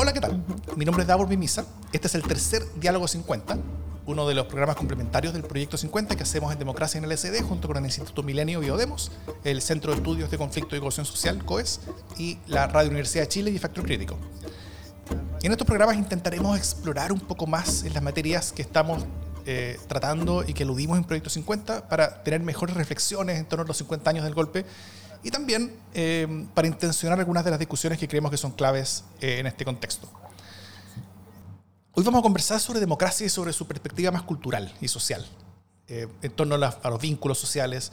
Hola, ¿qué tal? Mi nombre es Davor Mimisa. Este es el tercer Diálogo 50, uno de los programas complementarios del Proyecto 50 que hacemos en Democracia en el SD junto con el Instituto Milenio Biodemos, el Centro de Estudios de Conflicto y Cohesión Social, COES, y la Radio Universidad de Chile y Factor Crítico. En estos programas intentaremos explorar un poco más en las materias que estamos tratando y que eludimos en Proyecto 50 para tener mejores reflexiones en torno a los 50 años del golpe y también para intencionar algunas de las discusiones que creemos que son claves en este contexto. Hoy vamos a conversar sobre democracia y sobre su perspectiva más cultural y social, en torno a los vínculos sociales,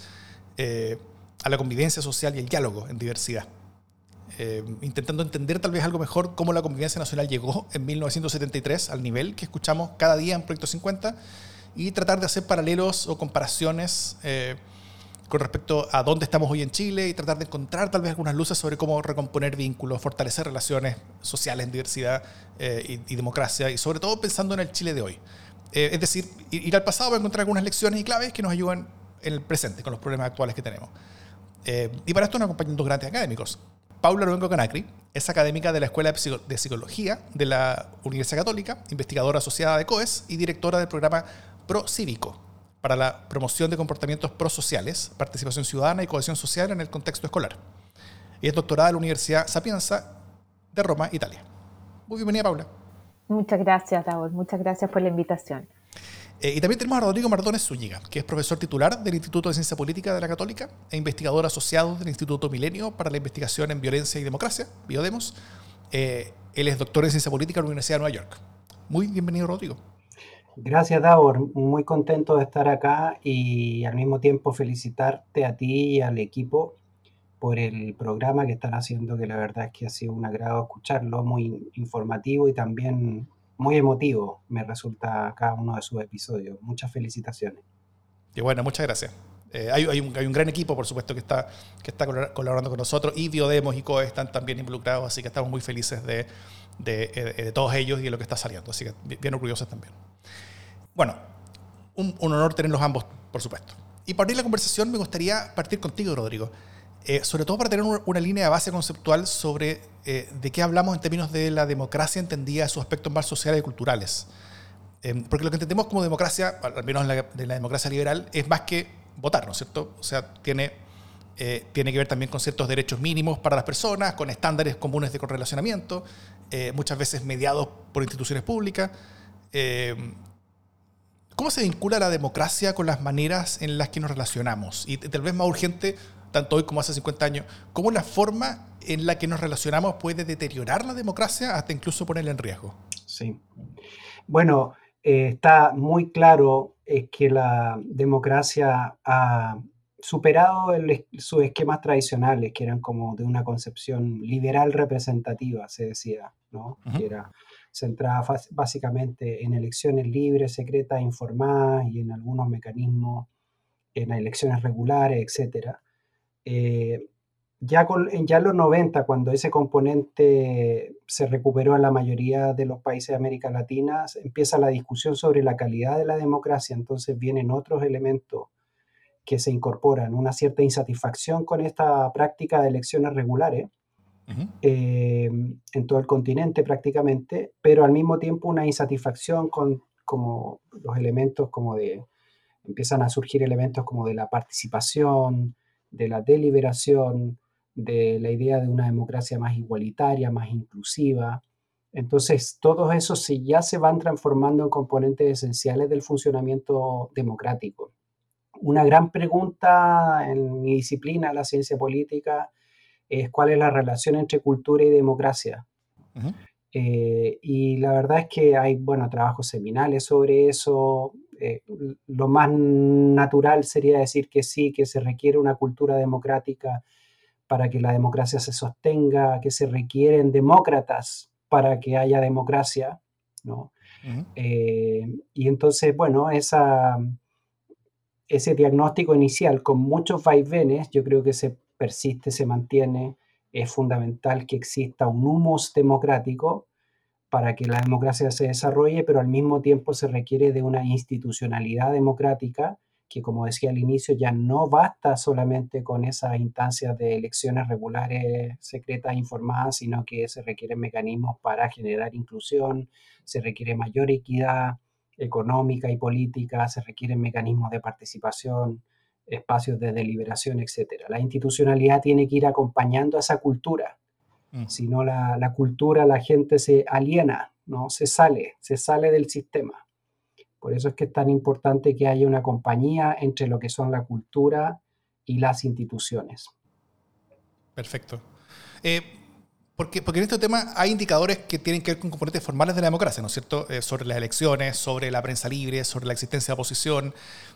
a la convivencia social y el diálogo en diversidad. Intentando entender tal vez algo mejor cómo la convivencia nacional llegó en 1973 al nivel que escuchamos cada día en Proyecto 50 y tratar de hacer paralelos o comparaciones con respecto a dónde estamos hoy en Chile y tratar de encontrar tal vez algunas luces sobre cómo recomponer vínculos, fortalecer relaciones sociales en diversidad y democracia y sobre todo pensando en el Chile de hoy. Es decir, ir al pasado para encontrar algunas lecciones y claves que nos ayudan en el presente con los problemas actuales que tenemos. Y para esto nos acompañan dos grandes académicos. Paula Luengo Canacri es académica de la Escuela de Psicología de la Universidad Católica, investigadora asociada de COES y directora del programa ProCívico para la promoción de comportamientos prosociales, participación ciudadana y cohesión social en el contexto escolar. Y es doctorada de la Universidad Sapienza de Roma, Italia. Muy bienvenida, Paula. Muchas gracias, Davor. Muchas gracias por la invitación. Y también tenemos a Rodrigo Mardones Zúñiga, que es profesor titular del Instituto de Ciencia Política de la Católica e investigador asociado del Instituto Milenio para la Investigación en Violencia y Democracia, Biodemos. Él es doctor en Ciencia Política en la Universidad de Nueva York. Muy bienvenido, Rodrigo. Gracias, Davor. Muy contento de estar acá y al mismo tiempo felicitarte a ti y al equipo por el programa que están haciendo, que la verdad es que ha sido un agrado escucharlo, muy informativo y también muy emotivo me resulta cada uno de sus episodios. Muchas felicitaciones. Y bueno, muchas gracias. Hay un gran equipo, por supuesto, que está colaborando con nosotros y Biodemos y COE están también involucrados, así que estamos muy felices de todos ellos y de lo que está saliendo, así que bien orgullosos también. Bueno, un honor tenerlos ambos, por supuesto. Y para abrir la conversación me gustaría partir contigo, Rodrigo, sobre todo para tener una línea de base conceptual sobre de qué hablamos en términos de la democracia entendida en sus aspectos más sociales y culturales. Porque lo que entendemos como democracia, al menos de la democracia liberal, es más que votar, ¿no es cierto? O sea, tiene que ver también con ciertos derechos mínimos para las personas, con estándares comunes de correlacionamiento, muchas veces mediados por instituciones públicas. ¿Cómo se vincula la democracia con las maneras en las que nos relacionamos? Y tal vez más urgente, tanto hoy como hace 50 años, ¿cómo la forma en la que nos relacionamos puede deteriorar la democracia hasta incluso ponerla en riesgo? Sí. Bueno, está muy claro que la democracia ha superado sus esquemas tradicionales, que eran como de una concepción liberal representativa, se decía, ¿no? Que era centrada básicamente en elecciones libres, secretas, informadas y en algunos mecanismos, en elecciones regulares, etc. Ya en los 90, cuando ese componente se recuperó en la mayoría de los países de América Latina, empieza la discusión sobre la calidad de la democracia, entonces vienen otros elementos que se incorporan, una cierta insatisfacción con esta práctica de elecciones regulares en todo el continente prácticamente, pero al mismo tiempo una insatisfacción con como los elementos como de, empiezan a surgir elementos como de la participación, de la deliberación, de la idea de una democracia más igualitaria, más inclusiva. Entonces, todos esos ya se van transformando en componentes esenciales del funcionamiento democrático. Una gran pregunta en mi disciplina, la ciencia política, es cuál es la relación entre cultura y democracia. Y la verdad es que hay, bueno, trabajos seminales sobre eso. Lo más natural sería decir que sí, que se requiere una cultura democrática para que la democracia se sostenga, que se requieren demócratas para que haya democracia, ¿no? Y entonces, bueno, ese diagnóstico inicial con muchos vaivenes, yo creo que se persiste, se mantiene. Es fundamental que exista un humus democrático para que la democracia se desarrolle, pero al mismo tiempo se requiere de una institucionalidad democrática que, como decía al inicio, ya no basta solamente con esas instancias de elecciones regulares, secretas, informadas, sino que se requieren mecanismos para generar inclusión, se requiere mayor equidad económica y política, se requieren mecanismos de participación, espacios de deliberación, etc. La institucionalidad tiene que ir acompañando a esa cultura. Si no, la cultura, la gente se aliena, ¿no? Se sale del sistema. Por eso es que es tan importante que haya una compañía entre lo que son la cultura y las instituciones. Perfecto. Porque en este tema hay indicadores que tienen que ver con componentes formales de la democracia, ¿no es cierto? Sobre las elecciones, sobre la prensa libre, sobre la existencia de oposición.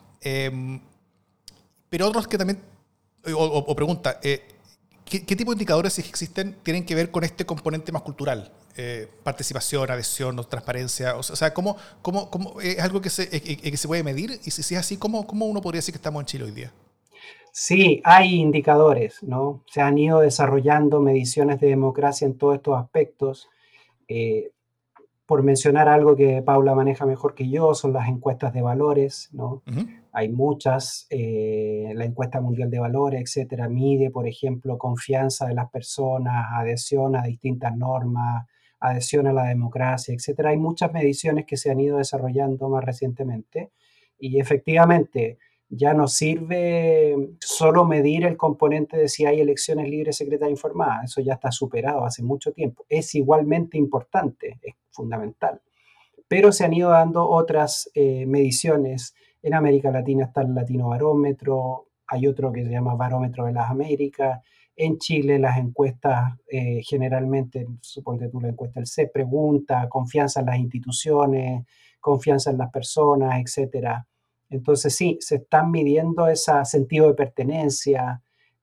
Pero otros que también, o pregunta, ¿qué tipo de indicadores, si existen, tienen que ver con este componente más cultural? Participación, adhesión, transparencia. O sea, ¿cómo es algo que se puede medir? Y si es así, ¿cómo uno podría decir que estamos en Chile hoy día? Sí, hay indicadores, ¿no? Se han ido desarrollando mediciones de democracia en todos estos aspectos. Por mencionar algo que Paula maneja mejor que yo, son las encuestas de valores, ¿no? Uh-huh. Hay muchas, la encuesta mundial de valores, etcétera, mide, por ejemplo, confianza de las personas, adhesión a distintas normas, adhesión a la democracia, etcétera. Hay muchas mediciones que se han ido desarrollando más recientemente y efectivamente ya no sirve solo medir el componente de si hay elecciones libres, secretas e informadas. Eso ya está superado hace mucho tiempo. Es igualmente importante, es fundamental. Pero se han ido dando otras mediciones. En América Latina está el Latino Barómetro, hay otro que se llama Barómetro de las Américas. En Chile las encuestas generalmente, suponte tú la encuesta del C, pregunta, confianza en las instituciones, confianza en las personas, etcétera. Entonces sí, se están midiendo ese sentido de pertenencia,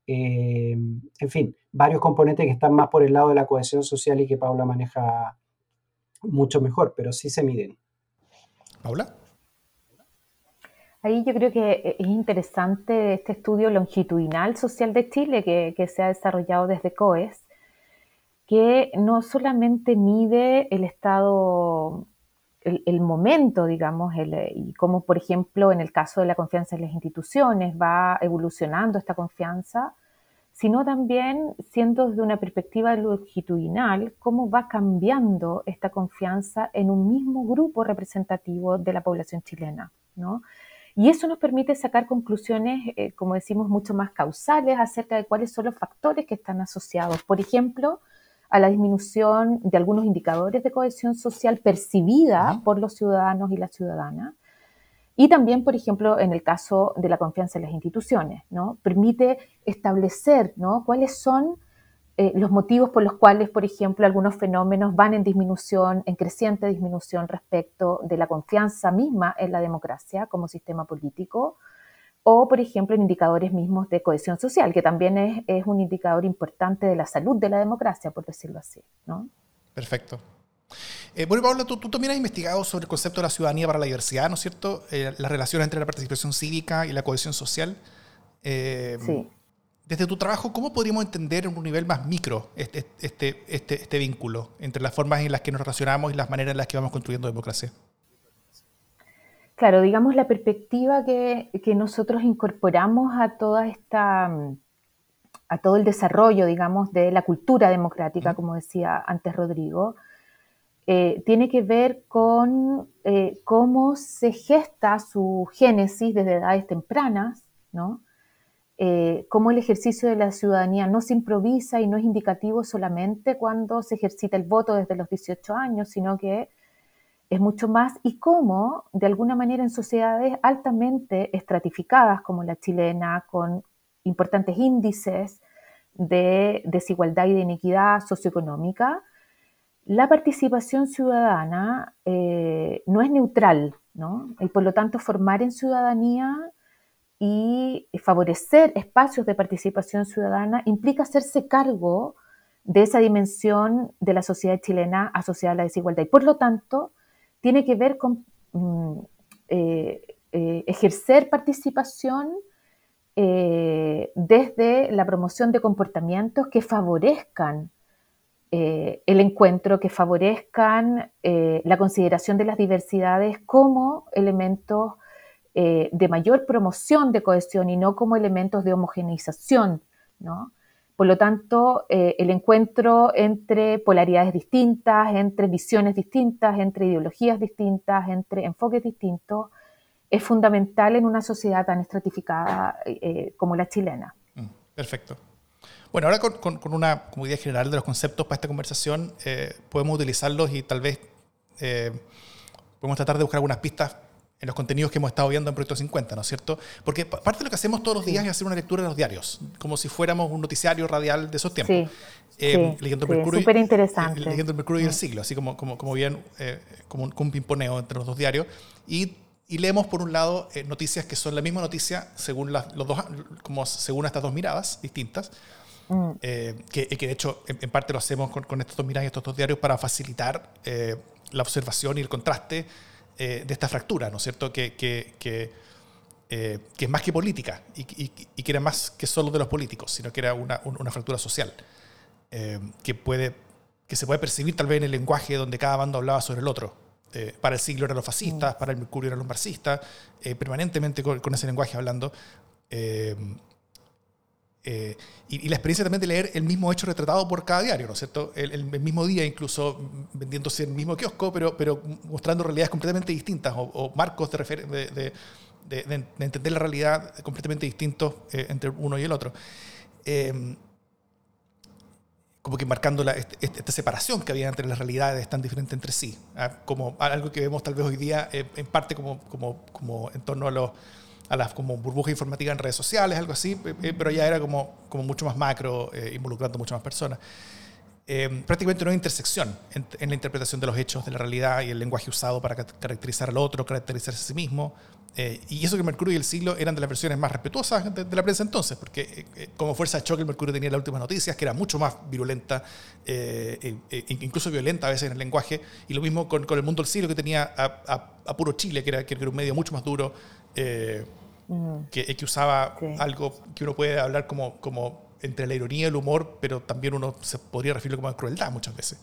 en fin, varios componentes que están más por el lado de la cohesión social y que Paula maneja mucho mejor, pero sí se miden. ¿Paula? Ahí yo creo que es interesante este estudio longitudinal social de Chile que se ha desarrollado desde COES, que no solamente mide el estado, el momento, digamos, y cómo, por ejemplo, en el caso de la confianza en las instituciones va evolucionando esta confianza, sino también, siendo desde una perspectiva longitudinal, cómo va cambiando esta confianza en un mismo grupo representativo de la población chilena, ¿no? Y eso nos permite sacar conclusiones, como decimos, mucho más causales acerca de cuáles son los factores que están asociados, por ejemplo, a la disminución de algunos indicadores de cohesión social percibida por los ciudadanos y las ciudadanas. Y también, por ejemplo, en el caso de la confianza en las instituciones, ¿no? Permite establecer, ¿no?, cuáles son los motivos por los cuales, por ejemplo, algunos fenómenos van en disminución, en creciente disminución respecto de la confianza misma en la democracia como sistema político, o, por ejemplo, en indicadores mismos de cohesión social, que también es un indicador importante de la salud de la democracia, por decirlo así, ¿no? Perfecto. Bueno, Paula, tú también has investigado sobre el concepto de la ciudadanía para la diversidad, ¿no es cierto? Las relaciones entre la participación cívica y la cohesión social. Sí. Desde tu trabajo, ¿cómo podríamos entender en un nivel más micro este vínculo entre las formas en las que nos relacionamos y las maneras en las que vamos construyendo democracia? Claro, digamos la perspectiva que nosotros incorporamos a toda a todo el desarrollo, digamos, de la cultura democrática, como decía antes Rodrigo, tiene que ver con cómo se gesta su génesis desde edades tempranas, ¿no? Cómo el ejercicio de la ciudadanía no se improvisa y no es indicativo solamente cuando se ejercita el voto desde los 18 años, sino que es mucho más, y cómo, de alguna manera, en sociedades altamente estratificadas como la chilena, con importantes índices de desigualdad y de inequidad socioeconómica, la participación ciudadana no es neutral, ¿no? Y por lo tanto formar en ciudadanía y favorecer espacios de participación ciudadana implica hacerse cargo de esa dimensión de la sociedad chilena asociada a la desigualdad. Y por lo tanto, tiene que ver con ejercer participación desde la promoción de comportamientos que favorezcan el encuentro, que favorezcan la consideración de las diversidades como elementos de mayor promoción de cohesión y no como elementos de homogeneización, ¿no? Por lo tanto, el encuentro entre polaridades distintas, entre visiones distintas, entre ideologías distintas, entre enfoques distintos, es fundamental en una sociedad tan estratificada como la chilena. Perfecto. Bueno, ahora con una como idea general de los conceptos para esta conversación, podemos utilizarlos y tal vez podemos tratar de buscar algunas pistas en los contenidos que hemos estado viendo en Proyecto 50, ¿no es cierto? Porque parte de lo que hacemos todos los días es hacer una lectura de los diarios, como si fuéramos un noticiario radial de esos tiempos. Leyendo el Mercurio, súper interesante. Leyendo el Mercurio y el Siglo, así como bien, como un pimponeo entre los dos diarios. Y leemos, por un lado, noticias que son la misma noticia según, según estas dos miradas distintas. Que de hecho, en parte lo hacemos con estas dos miradas y estos dos diarios para facilitar la observación y el contraste de esta fractura, ¿no es cierto? Que es más que política y que era más que solo de los políticos, sino que era una fractura social que se puede percibir tal vez en el lenguaje donde cada bando hablaba sobre el otro. Para el Siglo eran los fascistas, para el Mercurio eran los marxistas, permanentemente con ese lenguaje hablando. Y la experiencia también de leer el mismo hecho retratado por cada diario, ¿no es cierto? El mismo día, incluso vendiéndose en el mismo kiosco, pero mostrando realidades completamente distintas o marcos de entender la realidad completamente distintos entre uno y el otro. Como que marcando esta separación que había entre las realidades tan diferentes entre sí, como algo que vemos tal vez hoy día en parte como en torno a las como burbujas informativas en redes sociales, algo así, pero ya era como mucho más macro, involucrando muchas más personas. Prácticamente no hay intersección en la interpretación de los hechos, de la realidad y el lenguaje usado para caracterizar al otro, caracterizarse a sí mismo. Y eso que el Mercurio y el Siglo eran de las versiones más respetuosas de la prensa entonces, porque como fuerza de choque el Mercurio tenía las últimas noticias, que era mucho más virulenta, incluso violenta a veces en el lenguaje, y lo mismo con el Mundo del Siglo, que tenía a puro Chile, que era un medio mucho más duro, que usaba algo que uno puede hablar como entre la ironía y el humor, pero también uno se podría referirlo como crueldad muchas veces.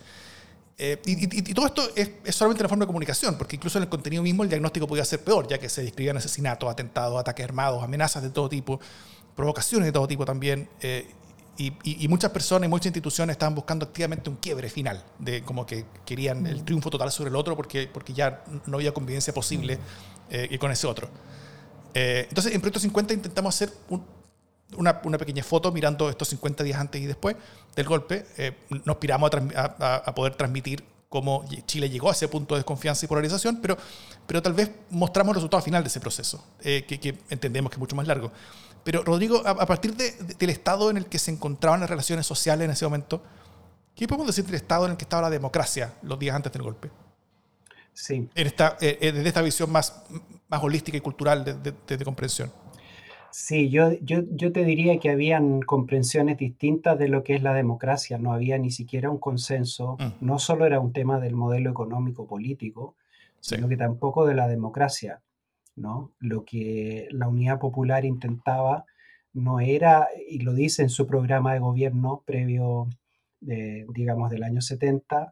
Y todo esto es solamente una forma de comunicación, porque incluso en el contenido mismo el diagnóstico podía ser peor, ya que se describían asesinatos, atentados, ataques armados, amenazas de todo tipo, provocaciones de todo tipo también, y muchas personas y muchas instituciones estaban buscando activamente un quiebre final, de como que querían el triunfo total sobre el otro porque ya no había convivencia posible con ese otro. Entonces en Proyecto 50 intentamos hacer una pequeña foto mirando estos 50 días antes y después del golpe. Nos aspiramos a poder transmitir cómo Chile llegó a ese punto de desconfianza y polarización, pero tal vez mostramos el resultado final de ese proceso, que entendemos que es mucho más largo. Pero Rodrigo, a partir del estado en el que se encontraban las relaciones sociales en ese momento, ¿qué podemos decir del estado en el que estaba la democracia los días antes del golpe? Sí. Desde esta visión más holística y cultural de comprensión. Sí, yo te diría que habían comprensiones distintas de lo que es la democracia, no había ni siquiera un consenso, no solo era un tema del modelo económico-político, sino que tampoco de la democracia, ¿no? Lo que la Unidad Popular intentaba no era, y lo dice en su programa de gobierno previo, digamos, del año 70,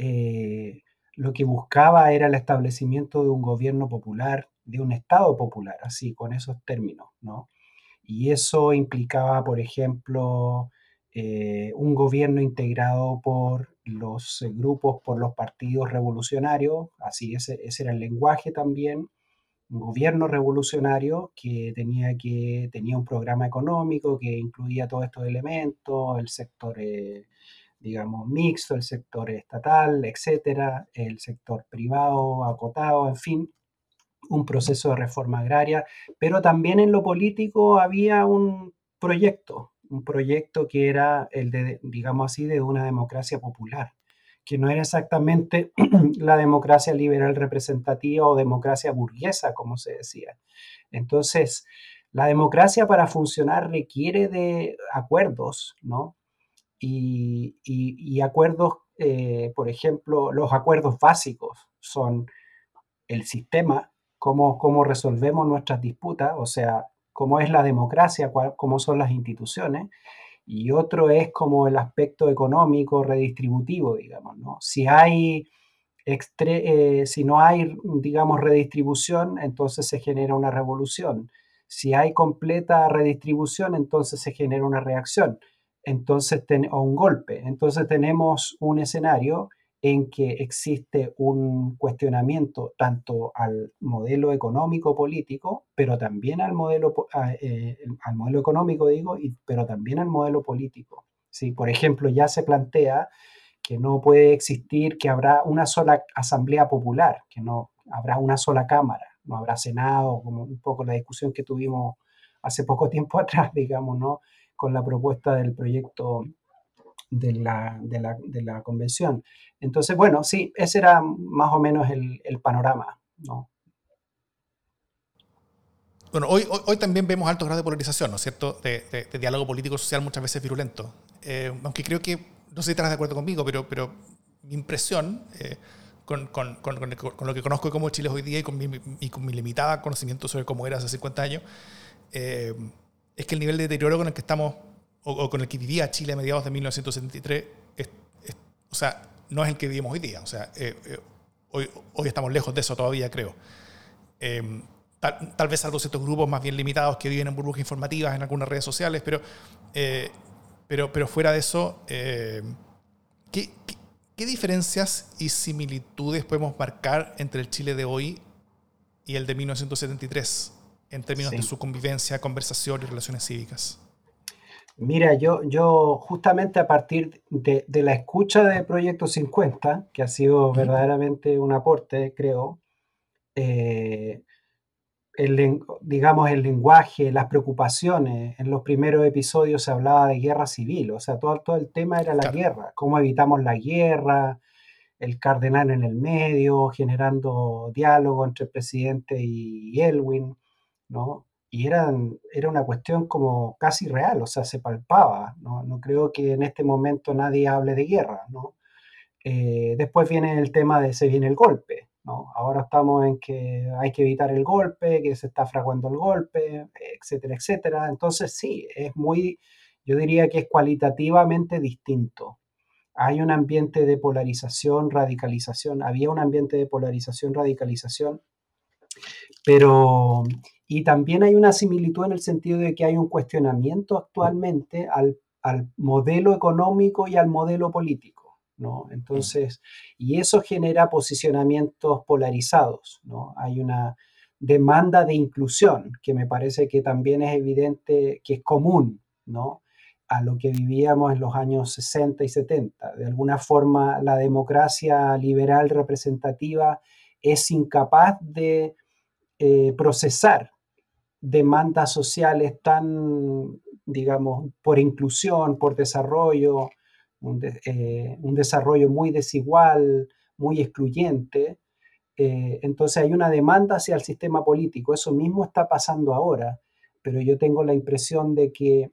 lo que buscaba era el establecimiento de un gobierno popular, de un Estado popular, así, con esos términos, ¿no? Y eso implicaba, por ejemplo, un gobierno integrado por los grupos, por los partidos revolucionarios, así ese era el lenguaje también, un gobierno revolucionario que tenía un programa económico que incluía todos estos elementos, el sector, digamos, mixto, el sector estatal, etcétera, el sector privado acotado, en fin, un proceso de reforma agraria, pero también en lo político había un proyecto que era el de, digamos así, de una democracia popular, que no era exactamente la democracia liberal representativa o democracia burguesa, como se decía. Entonces, la democracia para funcionar requiere de acuerdos, ¿no? Y acuerdos, por ejemplo, los acuerdos básicos son el sistema, cómo resolvemos nuestras disputas, o sea, cómo es la democracia, cómo son las instituciones, y otro es como el aspecto económico redistributivo, digamos, ¿no? Si hay Si no hay, digamos, redistribución, entonces se genera una revolución. Si hay completa redistribución, entonces se genera una reacción, o un golpe. Entonces tenemos un escenario en que existe un cuestionamiento tanto al modelo económico político, pero también al modelo económico, digo, pero también al modelo político. ¿Sí? Por ejemplo, ya se plantea que no puede existir, que habrá una sola asamblea popular, que no habrá una sola cámara, no habrá senado, como un poco la discusión que tuvimos hace poco tiempo atrás, digamos, ¿no? Con la propuesta del proyecto de la convención. Entonces, bueno, sí, ese era más o menos el panorama, ¿no? Bueno, hoy también vemos altos grados de polarización, ¿no es cierto? De diálogo político-social muchas veces virulento. Aunque creo que, no sé si estarás de acuerdo conmigo, pero mi impresión, con lo que conozco de cómo Chile es hoy día y con mi limitada conocimiento sobre cómo era hace 50 años, es que el nivel de deterioro con el que estamos, o con el que vivía Chile a mediados de 1973, o sea, no es el que vivimos hoy día. O sea, hoy estamos lejos de eso todavía, creo. Tal vez salvo ciertos grupos más bien limitados que viven en burbujas informativas en algunas redes sociales, pero fuera de eso, ¿qué diferencias y similitudes podemos marcar entre el Chile de hoy y el de 1973 en términos de Sí. su convivencia, conversación y relaciones cívicas? Mira, yo justamente a partir de la escucha de Proyecto 50, que ha sido Uh-huh. verdaderamente un aporte, creo, eh, digamos, el lenguaje, las preocupaciones. En los primeros episodios se hablaba de guerra civil, o sea, todo el tema era la Claro. guerra, cómo evitamos la guerra, el cardenal en el medio, generando diálogo entre el presidente y Elwin, ¿no? Y era una cuestión como casi real, o sea, se palpaba, ¿no? No creo que en este momento nadie hable de guerra, ¿no? Después viene el tema de se viene el golpe, ¿no? Ahora estamos en que hay que evitar el golpe, que se está fraguando el golpe, etcétera, etcétera. Entonces sí, yo diría que es cualitativamente distinto. Hay un ambiente de polarización, radicalización, había un ambiente de polarización, radicalización, pero, y también hay una similitud en el sentido de que hay un cuestionamiento actualmente al modelo económico y al modelo político, ¿no? Entonces, y eso genera posicionamientos polarizados, ¿no? Hay una demanda de inclusión que me parece que también es evidente, que es común, ¿no? A lo que vivíamos en los años 60 y 70. De alguna forma, la democracia liberal representativa es incapaz de procesar demandas sociales tan, digamos, por inclusión, por desarrollo, un desarrollo muy desigual, muy excluyente. Entonces hay una demanda hacia el sistema político. Eso mismo está pasando ahora, pero yo tengo la impresión de que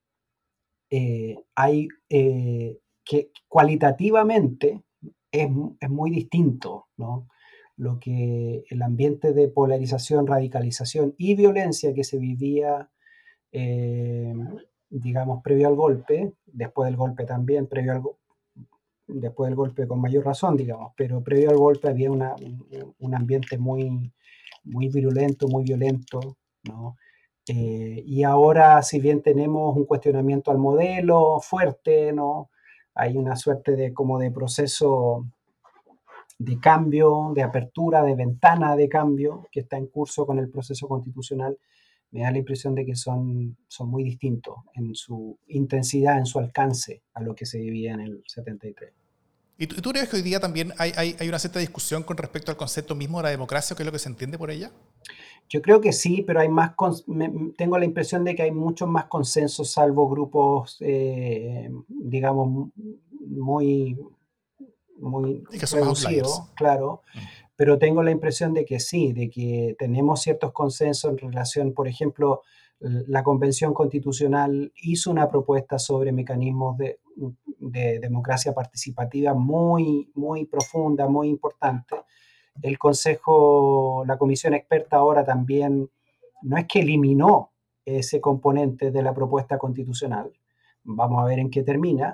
que cualitativamente es muy distinto, ¿no? Lo que el ambiente de polarización, radicalización y violencia que se vivía, eh, digamos, previo al golpe, después del golpe también, después del golpe con mayor razón, digamos, pero previo al golpe había un ambiente muy virulento, muy violento, ¿no? Y ahora, si bien tenemos un cuestionamiento al modelo fuerte, ¿no? Hay una suerte de como de proceso de cambio, de apertura, de ventana de cambio que está en curso con el proceso constitucional. Me da la impresión de que son muy distintos en su intensidad, en su alcance a lo que se vivía en el 73. ¿Y tú crees que hoy día también hay una cierta discusión con respecto al concepto mismo de la democracia, qué es lo que se entiende por ella? Yo creo que sí, pero tengo la impresión de que hay muchos más consensos, salvo grupos, digamos, muy, muy Y que son más outliers. reducidos, claro, pero tengo la impresión de que sí, de que tenemos ciertos consensos en relación, por ejemplo, la Convención Constitucional hizo una propuesta sobre mecanismos de democracia participativa muy profunda, muy importante. El Consejo, la comisión experta ahora también, no es que eliminó ese componente de la propuesta constitucional, vamos a ver en qué termina,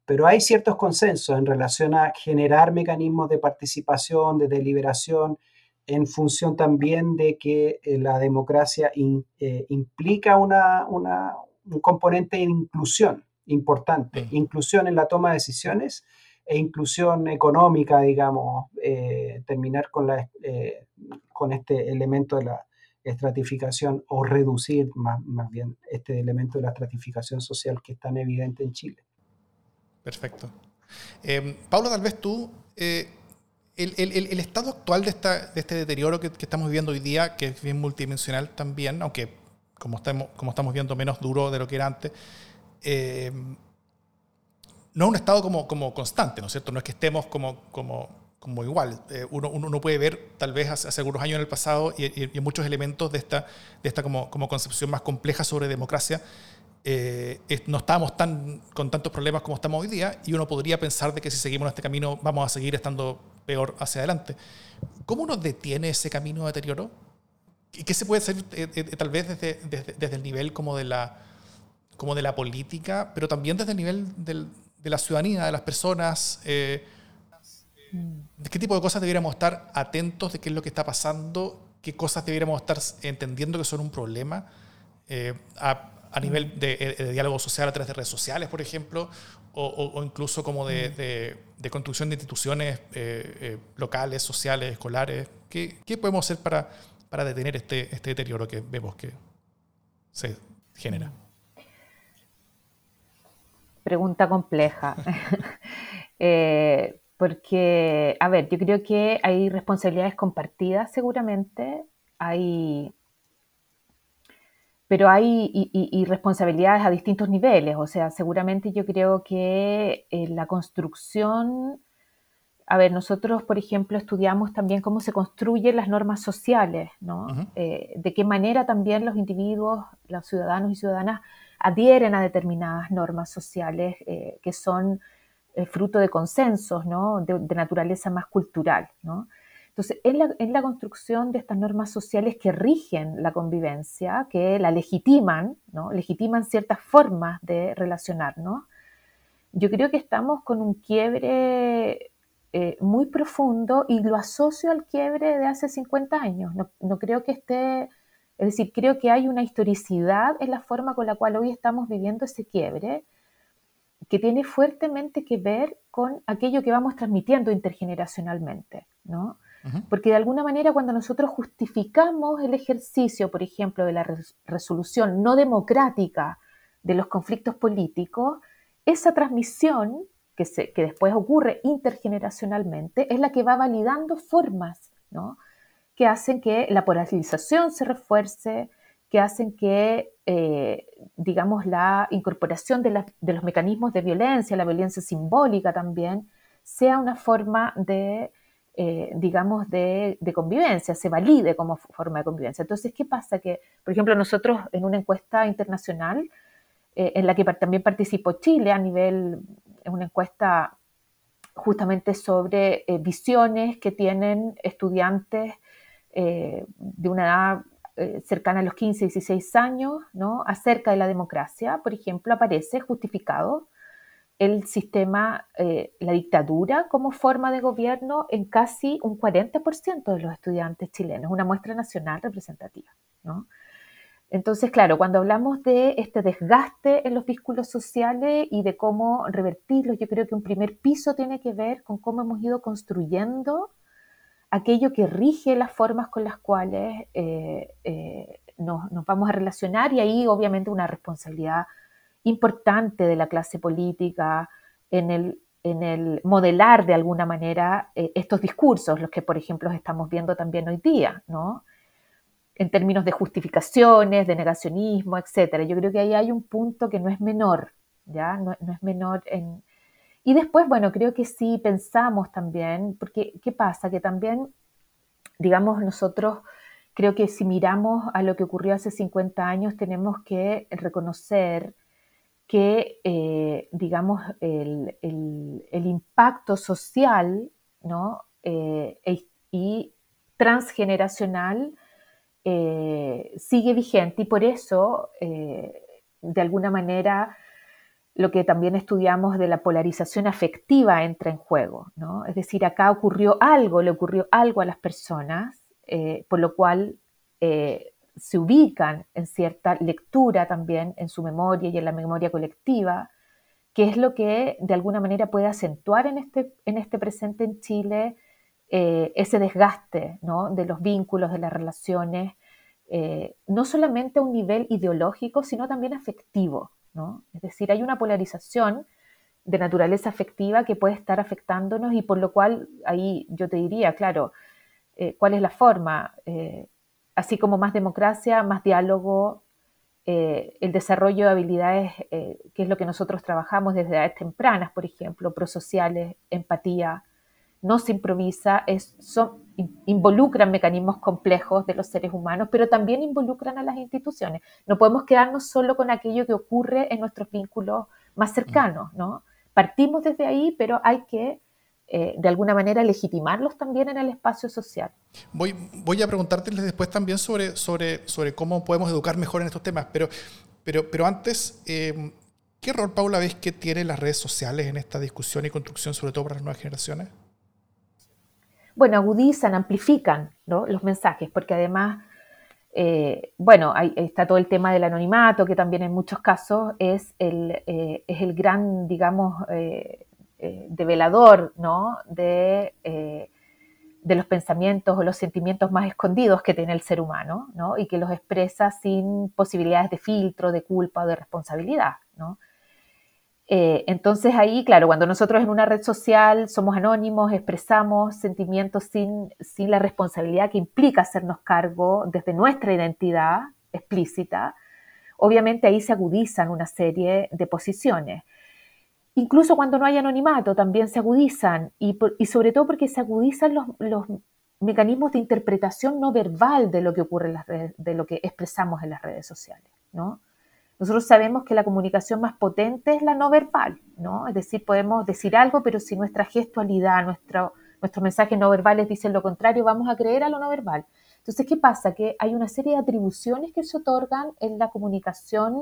pero hay ciertos consensos en relación a generar mecanismos de participación, de deliberación, en función también de que la democracia implica un componente de inclusión importante, Mm. inclusión en la toma de decisiones e inclusión económica, digamos, terminar con este elemento de la estratificación o reducir más bien este elemento de la estratificación social que es tan evidente en Chile. Perfecto. Pablo, tal vez tú, el estado actual de este deterioro que estamos viviendo hoy día, que es bien multidimensional también, aunque como estamos viendo menos duro de lo que era antes, no es un estado como constante, ¿no es cierto? No es que estemos como igual. Uno puede ver, tal vez hace algunos años en el pasado, y muchos elementos de esta como concepción más compleja sobre democracia, no estábamos con tantos problemas como estamos hoy día, y uno podría pensar de que si seguimos en este camino vamos a seguir estando peor hacia adelante. ¿Cómo nos detiene ese camino de deterioro? ¿Y qué se puede hacer tal vez desde el nivel como de la política, pero también desde el nivel de la ciudadanía, de las personas? ¿De qué tipo de cosas deberíamos estar atentos de qué es lo que está pasando? ¿Qué cosas deberíamos estar entendiendo que son un problema? A nivel de diálogo social a través de redes sociales, por ejemplo, o incluso como de construcción de instituciones locales, sociales, escolares. ¿Qué podemos hacer para detener este deterioro que vemos que se genera? Pregunta compleja. Porque, a ver, yo creo que hay responsabilidades compartidas seguramente, pero hay y responsabilidades a distintos niveles. O sea, seguramente yo creo que la construcción, a ver, nosotros, por ejemplo, estudiamos también cómo se construyen las normas sociales, ¿no? Uh-huh. De qué manera también los individuos, los ciudadanos y ciudadanas adhieren a determinadas normas sociales que son fruto de consensos, ¿no? De naturaleza más cultural, ¿no? Entonces, en la construcción de estas normas sociales que rigen la convivencia, que la legitiman, ¿no? Legitiman ciertas formas de relacionarnos, yo creo que estamos con un quiebre muy profundo y lo asocio al quiebre de hace 50 años. No creo que esté, es decir, creo que hay una historicidad en la forma con la cual hoy estamos viviendo ese quiebre que tiene fuertemente que ver con aquello que vamos transmitiendo intergeneracionalmente, ¿no? Uh-huh. Porque de alguna manera cuando nosotros justificamos el ejercicio, por ejemplo, de la resolución no democrática de los conflictos políticos, esa transmisión que después ocurre intergeneracionalmente es la que va validando formas, ¿no? Que hacen que la polarización se refuerce, que hacen que, digamos, la incorporación de los mecanismos de violencia, la violencia simbólica también, sea una forma de, digamos, de convivencia, se valide como forma de convivencia. Entonces, ¿qué pasa? Que, por ejemplo, nosotros en una encuesta internacional, en la que también participó Chile a nivel, en una encuesta justamente sobre visiones que tienen estudiantes de una edad cercana a los 15, 16 años, ¿no? Acerca de la democracia, por ejemplo, aparece justificado el sistema, la dictadura como forma de gobierno en casi un 40% de los estudiantes chilenos, una muestra nacional representativa, ¿no? Entonces, claro, cuando hablamos de este desgaste en los vínculos sociales y de cómo revertirlos, yo creo que un primer piso tiene que ver con cómo hemos ido construyendo aquello que rige las formas con las cuales nos vamos a relacionar, y ahí obviamente una responsabilidad importante de la clase política en el modelar de alguna manera estos discursos, los que por ejemplo estamos viendo también hoy día, ¿no? En términos de justificaciones, de negacionismo, etcétera. Yo creo que ahí hay un punto que no es menor, ¿ya? No es menor en... Y después, bueno, creo que sí pensamos también, porque ¿qué pasa? Que también, digamos, nosotros creo que si miramos a lo que ocurrió hace 50 años, tenemos que reconocer que, digamos, el impacto social, ¿no? Y transgeneracional sigue vigente, y por eso, de alguna manera, lo que también estudiamos de la polarización afectiva entra en juego, ¿no? Es decir, acá le ocurrió algo a las personas, por lo cual se ubican en cierta lectura también en su memoria y en la memoria colectiva, que es lo que de alguna manera puede acentuar en este presente en Chile ese desgaste, ¿no? De los vínculos, de las relaciones, no solamente a un nivel ideológico, sino también afectivo, ¿no? Es decir, hay una polarización de naturaleza afectiva que puede estar afectándonos y por lo cual ahí yo te diría, claro, ¿cuál es la forma? Así como más democracia, más diálogo, el desarrollo de habilidades, que es lo que nosotros trabajamos desde edades tempranas, por ejemplo, prosociales, empatía, no se improvisa, involucran mecanismos complejos de los seres humanos, pero también involucran a las instituciones. No podemos quedarnos solo con aquello que ocurre en nuestros vínculos más cercanos, ¿no? Partimos desde ahí, pero hay que, de alguna manera, legitimarlos también en el espacio social. Voy a preguntárteles después también sobre cómo podemos educar mejor en estos temas, pero antes, ¿qué rol, Paula, ves que tienen las redes sociales en esta discusión y construcción, sobre todo para las nuevas generaciones? Bueno, agudizan, amplifican, ¿no? Los mensajes, porque además, bueno, ahí está todo el tema del anonimato, que también en muchos casos es el gran, digamos, develador, ¿no? De los pensamientos o los sentimientos más escondidos que tiene el ser humano, ¿no? Y que los expresa sin posibilidades de filtro, de culpa o de responsabilidad, ¿no? Entonces ahí, claro, cuando nosotros en una red social somos anónimos, expresamos sentimientos sin la responsabilidad que implica hacernos cargo desde nuestra identidad explícita, obviamente ahí se agudizan una serie de posiciones. Incluso cuando no hay anonimato también se agudizan y sobre todo porque se agudizan los mecanismos de interpretación no verbal de lo que ocurre en las redes, de lo que expresamos en las redes sociales, ¿no? Nosotros sabemos que la comunicación más potente es la no verbal, ¿no? Es decir, podemos decir algo, pero si nuestra gestualidad, nuestros mensajes no verbales dicen lo contrario, vamos a creer a lo no verbal. Entonces, ¿qué pasa? Que hay una serie de atribuciones que se otorgan en la comunicación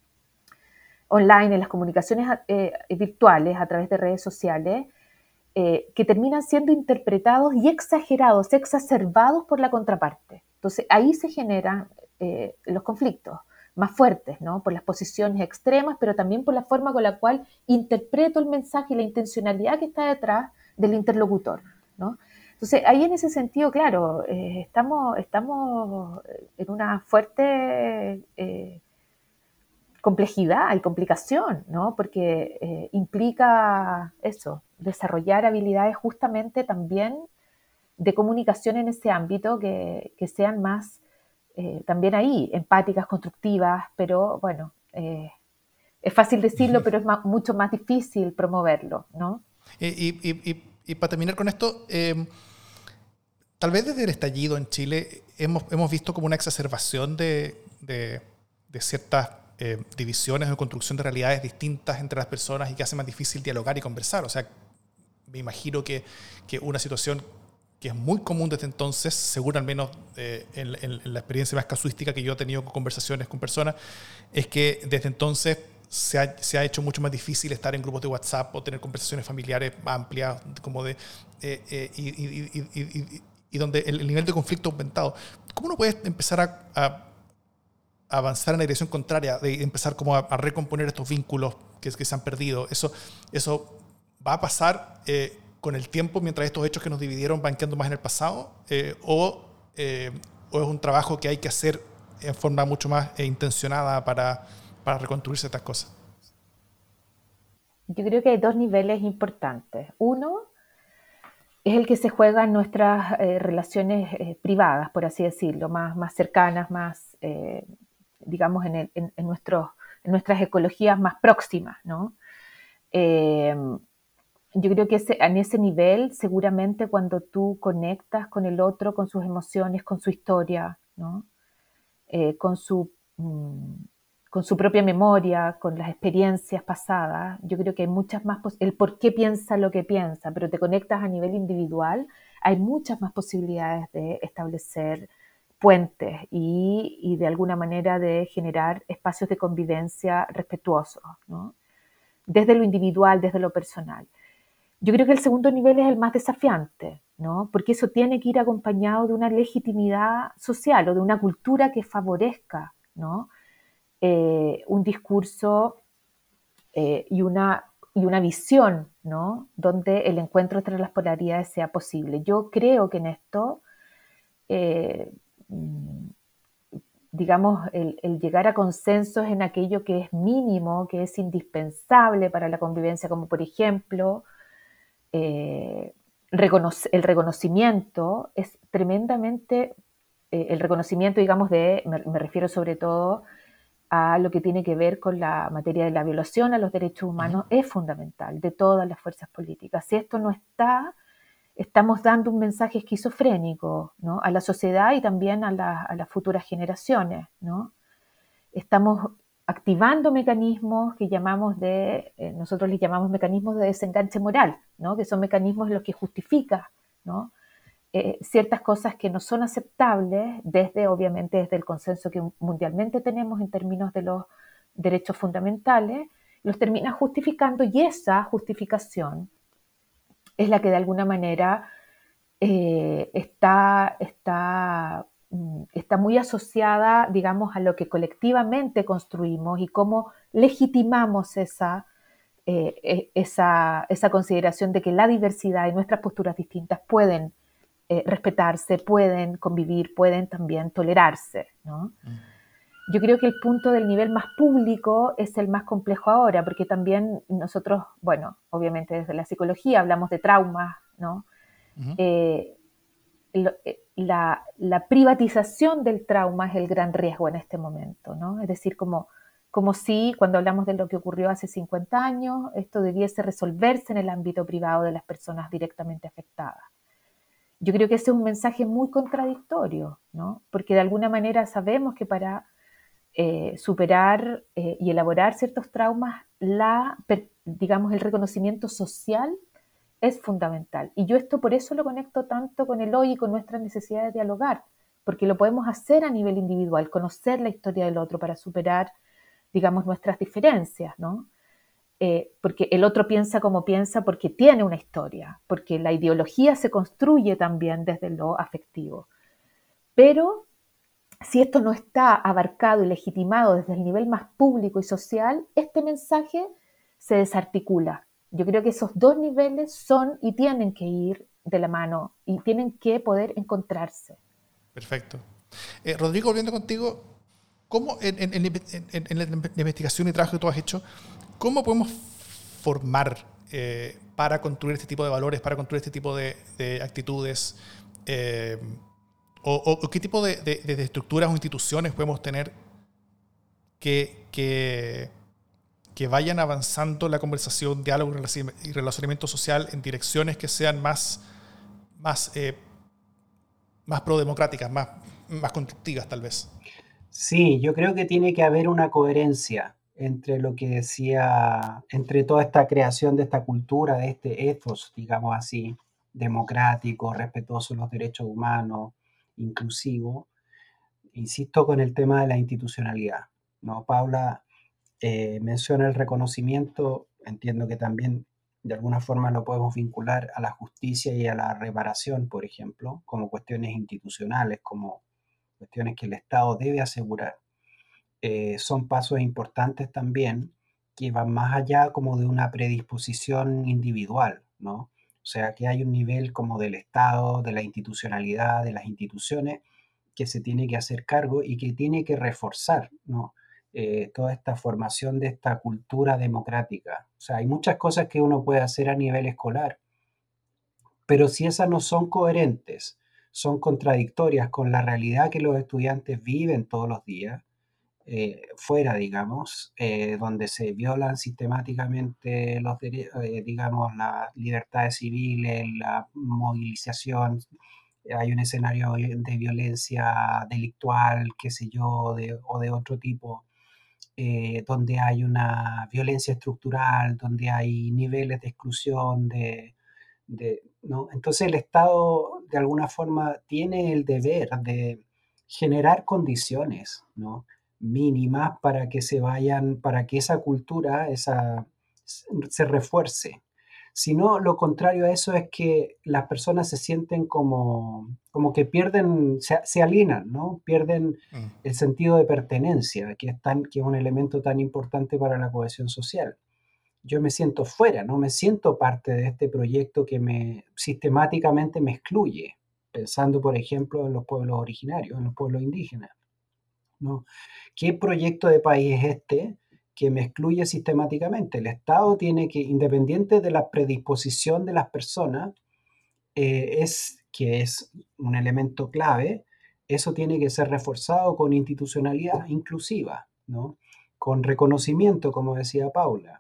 online, en las comunicaciones virtuales a través de redes sociales, que terminan siendo interpretados y exagerados, exacerbados por la contraparte. Entonces, ahí se generan los conflictos más fuertes, ¿no? Por las posiciones extremas, pero también por la forma con la cual interpreto el mensaje y la intencionalidad que está detrás del interlocutor, ¿no? Entonces, ahí en ese sentido, claro, estamos en una fuerte complejidad y complicación, ¿no? Porque implica eso, desarrollar habilidades justamente también de comunicación en ese ámbito que sean más también ahí, empáticas, constructivas, pero bueno, es fácil decirlo, pero es mucho más difícil promoverlo, ¿no? Y para terminar con esto, tal vez desde el estallido en Chile hemos visto como una exacerbación de ciertas divisiones o construcción de realidades distintas entre las personas y que hace más difícil dialogar y conversar. O sea, me imagino que una situación que es muy común desde entonces, según al menos en la experiencia más casuística que yo he tenido con conversaciones con personas, es que desde entonces se ha hecho mucho más difícil estar en grupos de WhatsApp o tener conversaciones familiares amplias, como y donde el nivel de conflicto ha aumentado. ¿Cómo uno puede empezar a avanzar en la dirección contraria, de empezar como a recomponer estos vínculos que se han perdido? Eso va a pasar con el tiempo, mientras estos hechos que nos dividieron van quedando más en el pasado, o es un trabajo que hay que hacer en forma mucho más intencionada para reconstruirse estas cosas. Yo creo que hay dos niveles importantes. Uno es el que se juega en nuestras relaciones privadas, por así decirlo, más cercanas, más, digamos, en nuestras ecologías más próximas, ¿no? Yo creo que en ese nivel, seguramente cuando tú conectas con el otro, con sus emociones, con su historia, ¿no? Con con su propia memoria, con las experiencias pasadas, yo creo que hay muchas más, el por qué piensa lo que piensa, pero te conectas a nivel individual, hay muchas más posibilidades de establecer puentes y de alguna manera de generar espacios de convivencia respetuosos, ¿no? desde lo individual, desde lo personal. Yo creo que el segundo nivel es el más desafiante, ¿no? Porque eso tiene que ir acompañado de una legitimidad social o de una cultura que favorezca, ¿no? Un discurso y una visión, ¿no? Donde el encuentro entre las polaridades sea posible. Yo creo que en esto, eh, digamos, el llegar a consensos en aquello que es mínimo, que es indispensable para la convivencia, como por ejemplo eh, el reconocimiento es tremendamente, el reconocimiento, digamos, me refiero sobre todo a lo que tiene que ver con la materia de la violación a los derechos Ujú. humanos, es fundamental de todas las fuerzas políticas. Si esto no está, estamos dando un mensaje esquizofrénico, ¿no? A la sociedad y también a las futuras generaciones, ¿no? Estamos activando mecanismos que nosotros les llamamos mecanismos de desenganche moral, ¿no? Que son mecanismos en los que justifica, ¿no? Ciertas cosas que no son aceptables obviamente, desde el consenso que mundialmente tenemos en términos de los derechos fundamentales, los termina justificando y esa justificación es la que de alguna manera está muy asociada, digamos, a lo que colectivamente construimos y cómo legitimamos esa consideración de que la diversidad y nuestras posturas distintas pueden respetarse, pueden convivir, pueden también tolerarse, ¿no? Yo creo que el punto del nivel más público es el más complejo ahora, porque también nosotros, bueno, obviamente desde la psicología hablamos de traumas, ¿no? Ujú. Eh, la privatización del trauma es el gran riesgo en este momento, ¿no? Es decir, como si cuando hablamos de lo que ocurrió hace 50 años, esto debiese resolverse en el ámbito privado de las personas directamente afectadas. Yo creo que ese es un mensaje muy contradictorio, ¿no? Porque de alguna manera sabemos que para superar y elaborar ciertos traumas, digamos, el reconocimiento social es fundamental. Y yo esto por eso lo conecto tanto con el hoy y con nuestra necesidad de dialogar, porque lo podemos hacer a nivel individual, conocer la historia del otro para superar, digamos, nuestras diferencias, ¿no? Porque el otro piensa como piensa porque tiene una historia, porque la ideología se construye también desde lo afectivo. Pero si esto no está abarcado y legitimado desde el nivel más público y social, este mensaje se desarticula. Yo creo que esos dos niveles son y tienen que ir de la mano y tienen que poder encontrarse. Perfecto. Rodrigo, volviendo contigo, ¿cómo en la investigación y trabajo que tú has hecho, cómo podemos formar para construir este tipo de valores, para construir este tipo de actitudes? eh, o qué tipo de estructuras o instituciones podemos tener que, que, que vayan avanzando la conversación, diálogo y relacionamiento social en direcciones que sean más, más prodemocráticas, más constructivas tal vez? Sí, yo creo que tiene que haber una coherencia entre lo que decía, entre toda esta creación de esta cultura, de este ethos, digamos así, democrático, respetuoso de los derechos humanos, inclusivo. Insisto con el tema de la institucionalidad, ¿no? Paula menciona el reconocimiento, entiendo que también de alguna forma lo podemos vincular a la justicia y a la reparación, por ejemplo, como cuestiones institucionales, como cuestiones que el Estado debe asegurar. Son pasos importantes también que van más allá como de una predisposición individual, ¿no? O sea, que hay un nivel como del Estado, de la institucionalidad, de las instituciones, que se tiene que hacer cargo y que tiene que reforzar, ¿no? Toda esta formación de esta cultura democrática. O sea, hay muchas cosas que uno puede hacer a nivel escolar, pero si esas no son coherentes, son contradictorias con la realidad que los estudiantes viven todos los días, fuera, digamos, donde se violan sistemáticamente digamos, las libertades civiles, la movilización, hay un escenario de violencia delictual, qué sé yo, o de otro tipo, donde hay una violencia estructural, donde hay niveles de exclusión, ¿no? Entonces el Estado de alguna forma tiene el deber de generar condiciones, ¿no? Mínimas para que se vayan, para que esa cultura, se refuerce. Sino lo contrario a eso es que las personas se sienten como que pierden, se alienan, ¿no? Pierden el sentido de pertenencia, que es un elemento tan importante para la cohesión social. Yo me siento fuera, no me siento parte de este proyecto que sistemáticamente me excluye, pensando, por ejemplo, en los pueblos originarios, en los pueblos indígenas, ¿no? ¿Qué proyecto de país es este que me excluye sistemáticamente? El Estado tiene que, independiente de la predisposición de las personas, que es un elemento clave, eso tiene que ser reforzado con institucionalidad inclusiva, ¿no? Con reconocimiento, como decía Paula.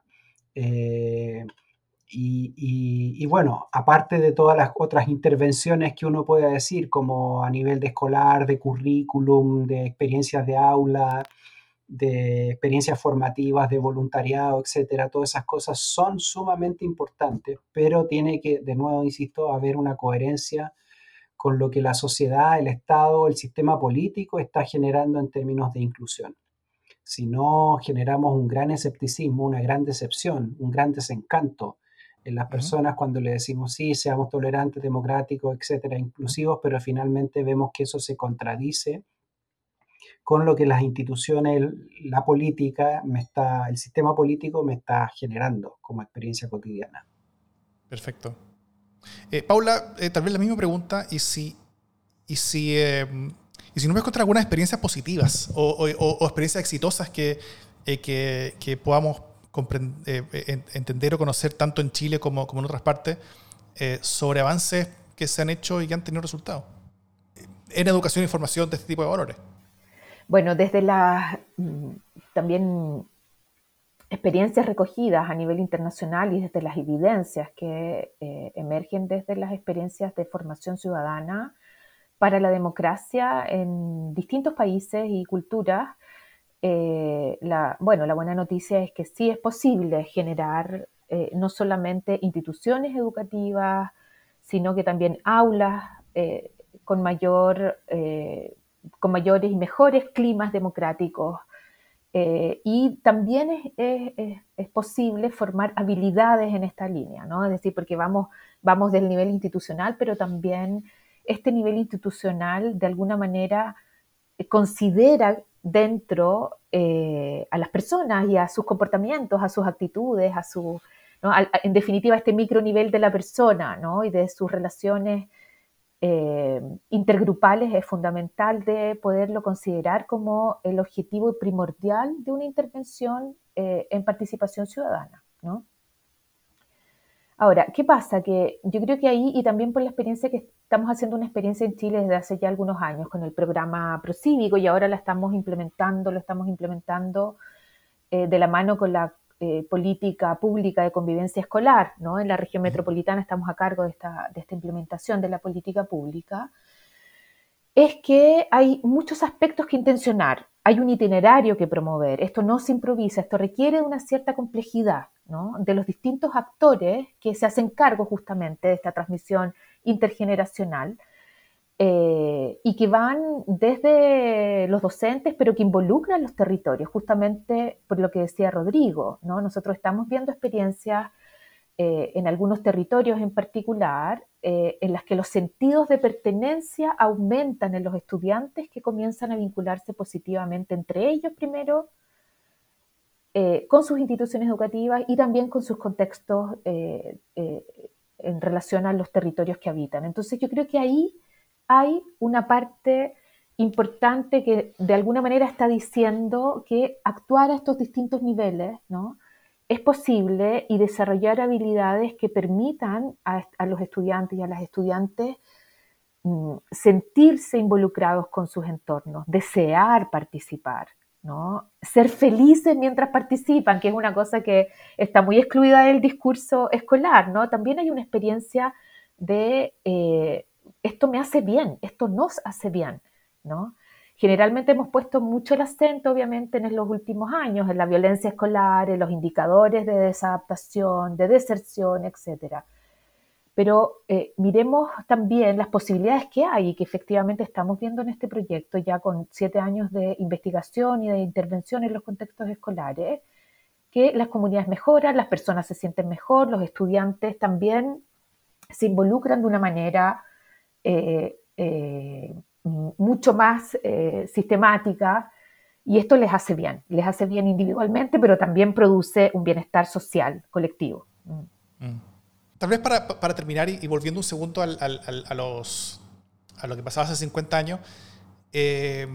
Y bueno, aparte de todas las otras intervenciones que uno puede decir, como a nivel de escolar, de currículum, de experiencias de aula, de experiencias formativas, de voluntariado, etcétera, todas esas cosas son sumamente importantes, pero tiene que, de nuevo, insisto, haber una coherencia con lo que la sociedad, el Estado, el sistema político está generando en términos de inclusión. Si no, generamos un gran escepticismo, una gran decepción, un gran desencanto en las personas cuando le decimos sí, seamos tolerantes, democráticos, etcétera, inclusivos, pero finalmente vemos que eso se contradice con lo que las instituciones, la política, el sistema político me está generando como experiencia cotidiana. Perfecto. Paula, tal vez la misma pregunta, y si no me encontrar algunas experiencias positivas o experiencias exitosas que podamos entender o conocer tanto en Chile como en otras partes sobre avances que se han hecho y que han tenido resultados en educación e información de este tipo de valores. Bueno, desde las también experiencias recogidas a nivel internacional y desde las evidencias que emergen desde las experiencias de formación ciudadana para la democracia en distintos países y culturas, la buena noticia es que sí es posible generar no solamente instituciones educativas, sino que también aulas con mayores y mejores climas democráticos. Y también es posible formar habilidades en esta línea, ¿no? Es decir, porque vamos del nivel institucional, pero también este nivel institucional de alguna manera considera dentro a las personas y a sus comportamientos, a sus actitudes, ¿no? En definitiva, este micronivel de la persona, ¿no? Y de sus relaciones intergrupales es fundamental de poderlo considerar como el objetivo primordial de una intervención en participación ciudadana, ¿no? Ahora, ¿qué pasa? Que yo creo que ahí, y también por la experiencia que estamos haciendo una experiencia en Chile desde hace ya algunos años con el programa Procívico, y ahora lo estamos implementando de la mano con la política pública de convivencia escolar, ¿no? En la región metropolitana estamos a cargo de esta implementación de la política pública, es que hay muchos aspectos que intencionar, hay un itinerario que promover, esto no se improvisa, esto requiere de una cierta complejidad, ¿no? De los distintos actores que se hacen cargo justamente de esta transmisión intergeneracional y que van desde los docentes, pero que involucran los territorios, justamente por lo que decía Rodrigo, ¿no? Nosotros estamos viendo experiencias en algunos territorios en particular, en las que los sentidos de pertenencia aumentan en los estudiantes que comienzan a vincularse positivamente entre ellos primero, con sus instituciones educativas y también con sus contextos en relación a los territorios que habitan. Entonces yo creo que ahí hay una parte importante que de alguna manera está diciendo que actuar a estos distintos niveles, ¿no? Es posible y desarrollar habilidades que permitan a los estudiantes y a las estudiantes sentirse involucrados con sus entornos, desear participar, ¿no? Ser felices mientras participan, que es una cosa que está muy excluida del discurso escolar, ¿no? También hay una experiencia de esto me hace bien, esto nos hace bien, ¿no? Generalmente hemos puesto mucho el acento, obviamente, en los últimos años, en la violencia escolar, en los indicadores de desadaptación, de deserción, etcétera. Pero miremos también las posibilidades que hay y que efectivamente estamos viendo en este proyecto, ya con 7 años de investigación y de intervención en los contextos escolares, que las comunidades mejoran, las personas se sienten mejor, los estudiantes también se involucran de una manera mucho más sistemática, y esto les hace bien individualmente, pero también produce un bienestar social colectivo. Mm. Tal vez para terminar y volviendo un segundo a lo que pasaba hace 50 años, eh,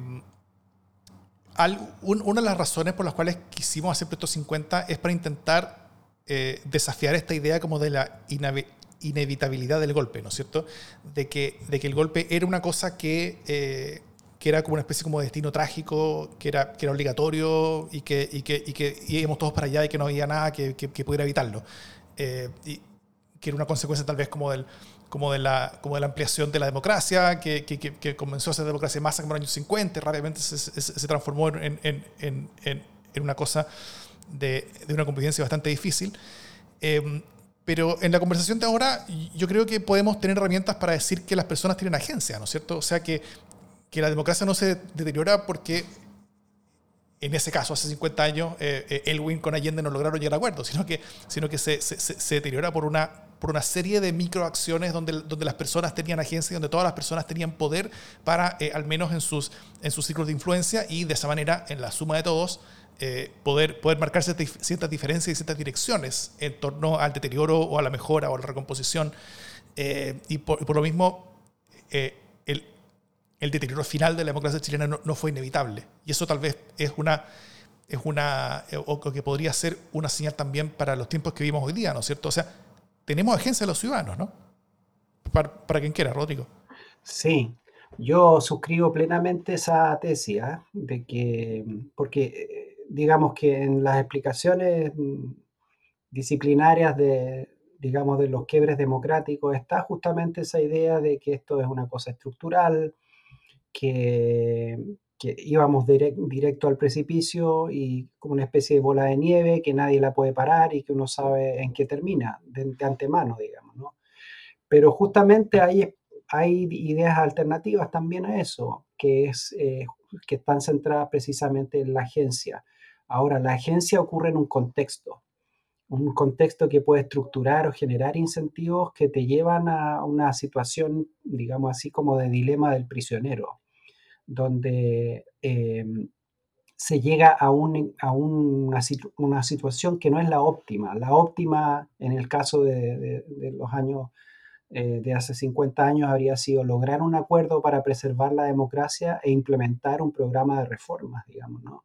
una de las razones por las cuales quisimos hacer Proyecto 50 es para intentar desafiar esta idea como de la inevitabilidad del golpe, ¿no es cierto? De que el golpe era una cosa que era como una especie como de destino trágico, que era obligatorio y que íbamos todos para allá y que no había nada que pudiera evitarlo. Y que era una consecuencia tal vez como de la ampliación de la democracia, que comenzó a ser democracia de masa como en los años 50 y rápidamente se transformó en una cosa de una convivencia bastante difícil. Pero en la conversación de ahora yo creo que podemos tener herramientas para decir que las personas tienen agencia, ¿no es cierto? O sea, que la democracia no se deteriora porque en ese caso, hace 50 años, Elwin con Allende no lograron llegar a acuerdos, sino que se deteriora por una serie de microacciones donde las personas tenían agencia y donde todas las personas tenían poder para, al menos en sus ciclos de influencia, y de esa manera, en la suma de todos, poder marcar ciertas diferencias y ciertas direcciones en torno al deterioro o a la mejora o a la recomposición. Y por lo mismo, el deterioro final de la democracia chilena no fue inevitable. Y eso tal vez o que podría ser una señal también para los tiempos que vivimos hoy día, ¿no es cierto? O sea, tenemos agencia de los ciudadanos, ¿no? Para quien quiera, Rodrigo. Sí, yo suscribo plenamente esa tesis, ¿ah? De que, porque digamos que en las explicaciones disciplinarias digamos, de los quiebres democráticos está justamente esa idea de que esto es una cosa estructural, que, que íbamos directo al precipicio y como una especie de bola de nieve que nadie la puede parar y que uno sabe en qué termina de antemano, digamos, ¿no? Pero justamente hay ideas alternativas también a eso, que están centradas precisamente en la agencia. Ahora, la agencia ocurre en un contexto que puede estructurar o generar incentivos que te llevan a una situación, digamos así, como de dilema del prisionero, donde se llega una situación que no es la óptima. La óptima, en el caso de los años de hace 50 años, habría sido lograr un acuerdo para preservar la democracia e implementar un programa de reformas, digamos, ¿no?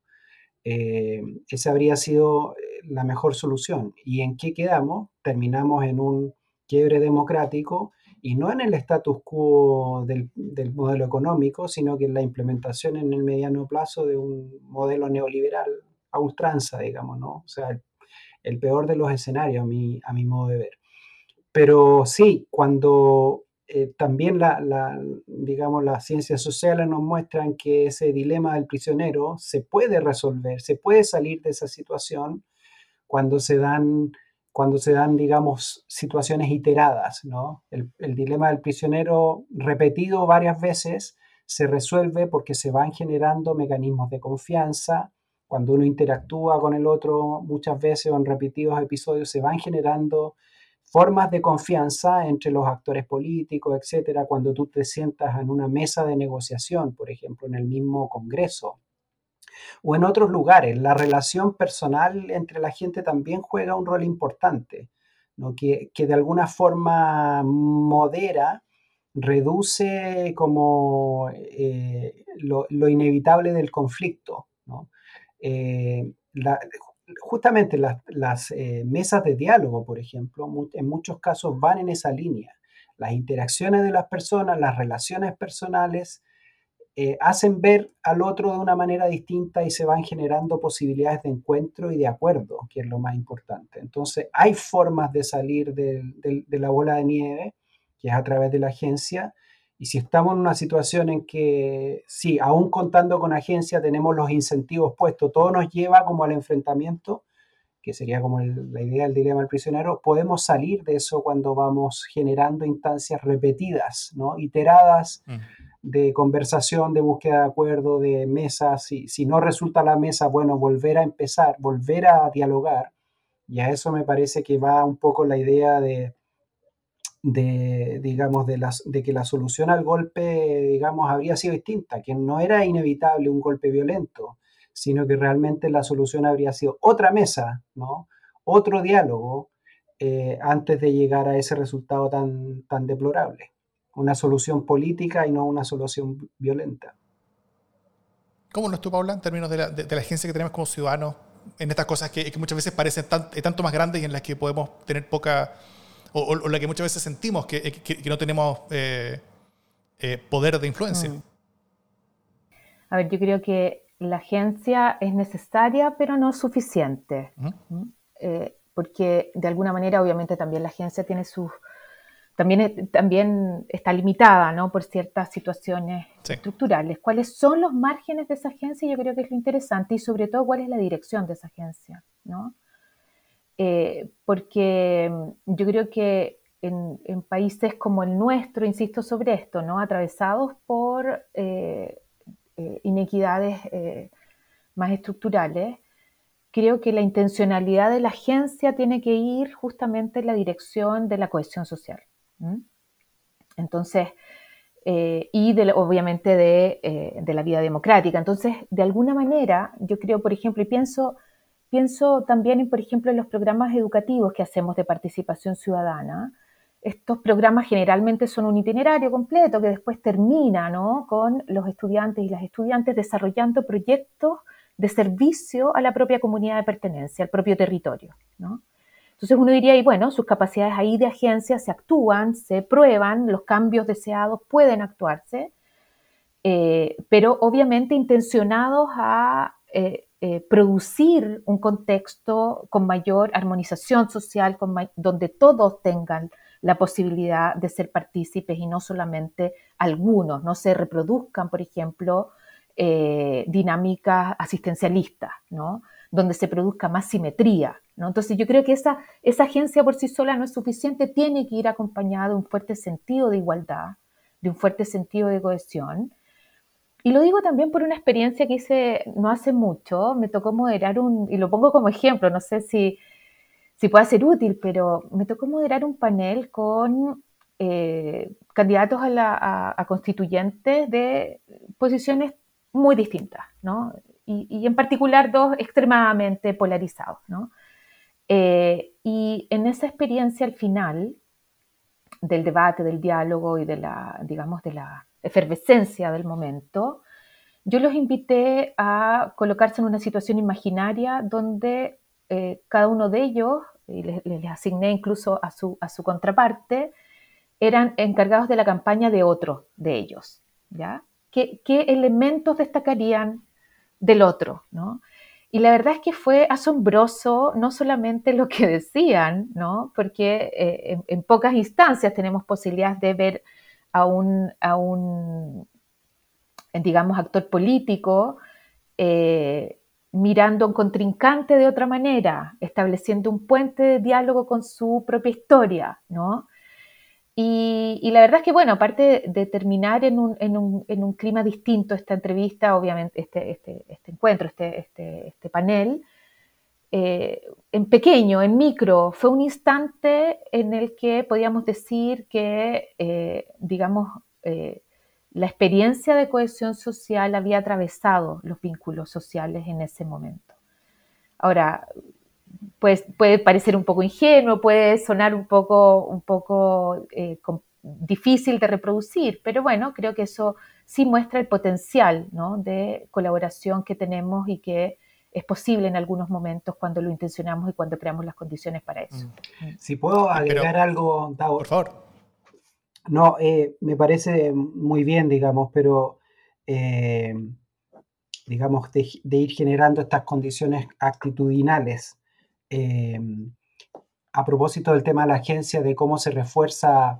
Esa habría sido la mejor solución. ¿Y en qué quedamos? Terminamos en un quiebre democrático y no en el status quo del modelo económico, sino que en la implementación en el mediano plazo de un modelo neoliberal a ultranza, digamos, ¿no? O sea, el peor de los escenarios a mi modo de ver. Pero sí, cuando también digamos, las ciencias sociales nos muestran que ese dilema del prisionero se puede resolver, se puede salir de esa situación cuando cuando se dan, digamos, situaciones iteradas, ¿no? El dilema del prisionero repetido varias veces se resuelve porque se van generando mecanismos de confianza. Cuando uno interactúa con el otro muchas veces o en repetidos episodios, se van generando formas de confianza entre los actores políticos, etcétera. Cuando tú te sientas en una mesa de negociación, por ejemplo, en el mismo Congreso, o en otros lugares. La relación personal entre la gente también juega un rol importante, ¿no? Que de alguna forma modera, reduce como lo inevitable del conflicto, ¿no? Eh, la- Justamente las mesas de diálogo, por ejemplo, en muchos casos van en esa línea. Las interacciones de las personas, las relaciones personales, hacen ver al otro de una manera distinta y se van generando posibilidades de encuentro y de acuerdo, que es lo más importante. Entonces, hay formas de salir de la bola de nieve, que es a través de la agencia, y si estamos en una situación en que, sí, aún contando con agencia, tenemos los incentivos puestos, todo nos lleva como al enfrentamiento, que sería como la idea del dilema del prisionero, podemos salir de eso cuando vamos generando instancias repetidas, ¿no? Iteradas, Mm. de conversación, de búsqueda de acuerdo, de mesa. Si no resulta la mesa, bueno, volver a empezar, volver a dialogar. Y a eso me parece que va un poco la idea digamos, de que la solución al golpe, digamos, habría sido distinta, que no era inevitable un golpe violento, sino que realmente la solución habría sido otra mesa, ¿no? Otro diálogo, antes de llegar a ese resultado tan deplorable. Una solución política y no una solución violenta. ¿Cómo lo es tú, Paula, en términos de la agencia que tenemos como ciudadanos en estas cosas que muchas veces parecen tanto más grandes y en las que podemos tener poca, o la que muchas veces sentimos que no tenemos poder de influencia? A ver, yo creo que la agencia es necesaria, pero no suficiente. Uh-huh. Porque de alguna manera, obviamente, también la agencia tiene sus... También está limitada, ¿no?, por ciertas situaciones estructurales. ¿Cuáles son los márgenes de esa agencia? Yo creo que es lo interesante, y sobre todo cuál es la dirección de esa agencia, ¿no? Porque yo creo que en países como el nuestro, insisto sobre esto, ¿no?, atravesados por inequidades más estructurales, creo que la intencionalidad de la agencia tiene que ir justamente en la dirección de la cohesión social. Entonces, y obviamente de la vida democrática. Entonces, de alguna manera, yo creo, por ejemplo, y pienso también, por ejemplo, en los programas educativos que hacemos de participación ciudadana. Estos programas generalmente son un itinerario completo que después termina, ¿no?, con los estudiantes y las estudiantes desarrollando proyectos de servicio a la propia comunidad de pertenencia, al propio territorio, ¿no? Entonces uno diría, y bueno, sus capacidades ahí de agencia se actúan, se prueban, los cambios deseados pueden actuarse, pero obviamente intencionados a producir un contexto con mayor armonización social, donde todos tengan la posibilidad de ser partícipes y no solamente algunos, no se reproduzcan, por ejemplo, dinámicas asistencialistas, ¿no?, donde se produzca más simetría, ¿no? Entonces yo creo que esa agencia por sí sola no es suficiente, tiene que ir acompañada de un fuerte sentido de igualdad, de un fuerte sentido de cohesión. Y lo digo también por una experiencia que hice no hace mucho. Me tocó moderar y lo pongo como ejemplo, no sé si puede ser útil, pero me tocó moderar un panel con candidatos a constituyentes de posiciones muy distintas, ¿no? Y en particular dos extremadamente polarizados, ¿no? Y en esa experiencia, al final del debate, del diálogo y de la, digamos, de la efervescencia del momento, yo los invité a colocarse en una situación imaginaria donde cada uno de ellos, y les asigné incluso a su contraparte, eran encargados de la campaña de otro de ellos, ¿ya? ¿Qué elementos destacarían del otro, ¿no? Y la verdad es que fue asombroso no solamente lo que decían, ¿no?, porque en pocas instancias tenemos posibilidades de ver a un digamos, actor político mirando a un contrincante de otra manera, estableciendo un puente de diálogo con su propia historia, ¿no? Y la verdad es que, bueno, aparte de terminar en un clima distinto esta entrevista, obviamente, este encuentro, este panel, en pequeño, en micro, fue un instante en el que podíamos decir que, digamos, la experiencia de cohesión social había atravesado los vínculos sociales en ese momento. Ahora, pues, puede parecer un poco ingenuo, puede sonar un poco difícil de reproducir, pero bueno, creo que eso sí muestra el potencial, ¿no?, de colaboración que tenemos y que es posible en algunos momentos cuando lo intencionamos y cuando creamos las condiciones para eso. Si puedo agregar algo, Davor. Por favor. No, me parece muy bien, digamos, pero digamos, de ir generando estas condiciones actitudinales. A propósito del tema de la agencia, de cómo se refuerza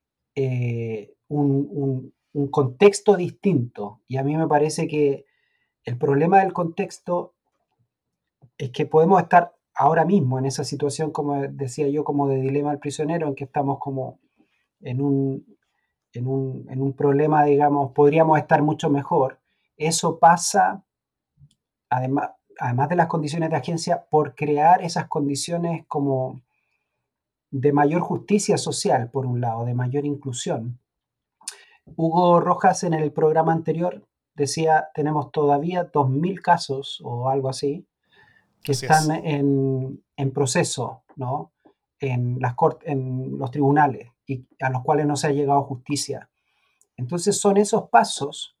un contexto distinto. Y a mí me parece que el problema del contexto es que podemos estar ahora mismo en esa situación, como decía yo, como de dilema del prisionero, en que estamos como en en un problema, digamos, podríamos estar mucho mejor. Eso pasa, además de las condiciones de agencia, por crear esas condiciones como de mayor justicia social, por un lado, de mayor inclusión. Hugo Rojas en el programa anterior decía, tenemos todavía 2.000 casos o algo así, que Así están es. en proceso, ¿no? En los tribunales y a los cuales no se ha llegado a justicia. Entonces son esos pasos,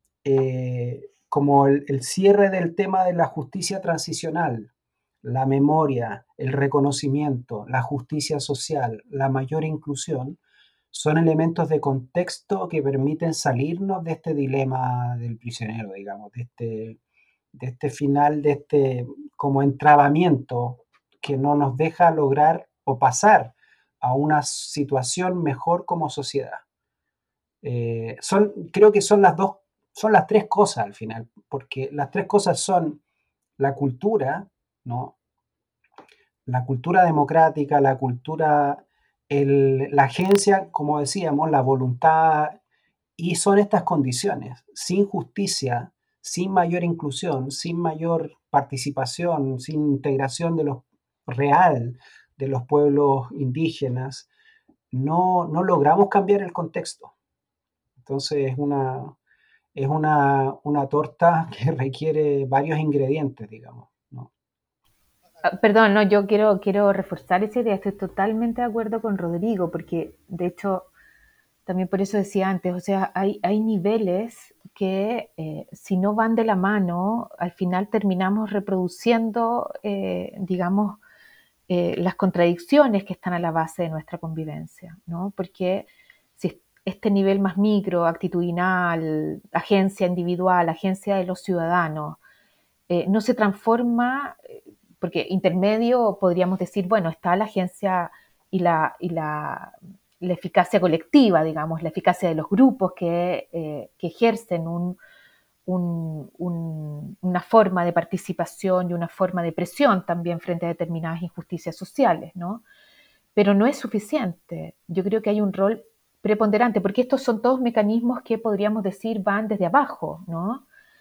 como el cierre del tema de la justicia transicional, la memoria, el reconocimiento, la justicia social, la mayor inclusión, son elementos de contexto que permiten salirnos de este dilema del prisionero, digamos, de este final, de este como entrabamiento que no nos deja lograr o pasar a una situación mejor como sociedad. Creo que son las tres cosas al final, porque las tres cosas son la cultura, ¿no? La cultura democrática, la cultura, la agencia, como decíamos, la voluntad, y son estas condiciones. Sin justicia, sin mayor inclusión, sin mayor participación, sin integración real de los pueblos indígenas, no logramos cambiar el contexto. Entonces es una torta que requiere varios ingredientes, digamos, ¿no? Perdón, no, yo quiero reforzar esa idea. Estoy totalmente de acuerdo con Rodrigo, porque de hecho, también por eso decía antes, o sea, hay niveles que si no van de la mano, al final terminamos reproduciendo, digamos, las contradicciones que están a la base de nuestra convivencia, ¿no? Porque si este nivel más micro, actitudinal, agencia individual, agencia de los ciudadanos, no se transforma, porque intermedio podríamos decir, bueno, está la agencia y la eficacia colectiva, digamos, la eficacia de los grupos que ejercen una forma de participación y una forma de presión también frente a determinadas injusticias sociales, ¿no? Pero no es suficiente. Yo creo que hay un rol preponderante, porque estos son todos mecanismos que podríamos decir van desde abajo, ¿no?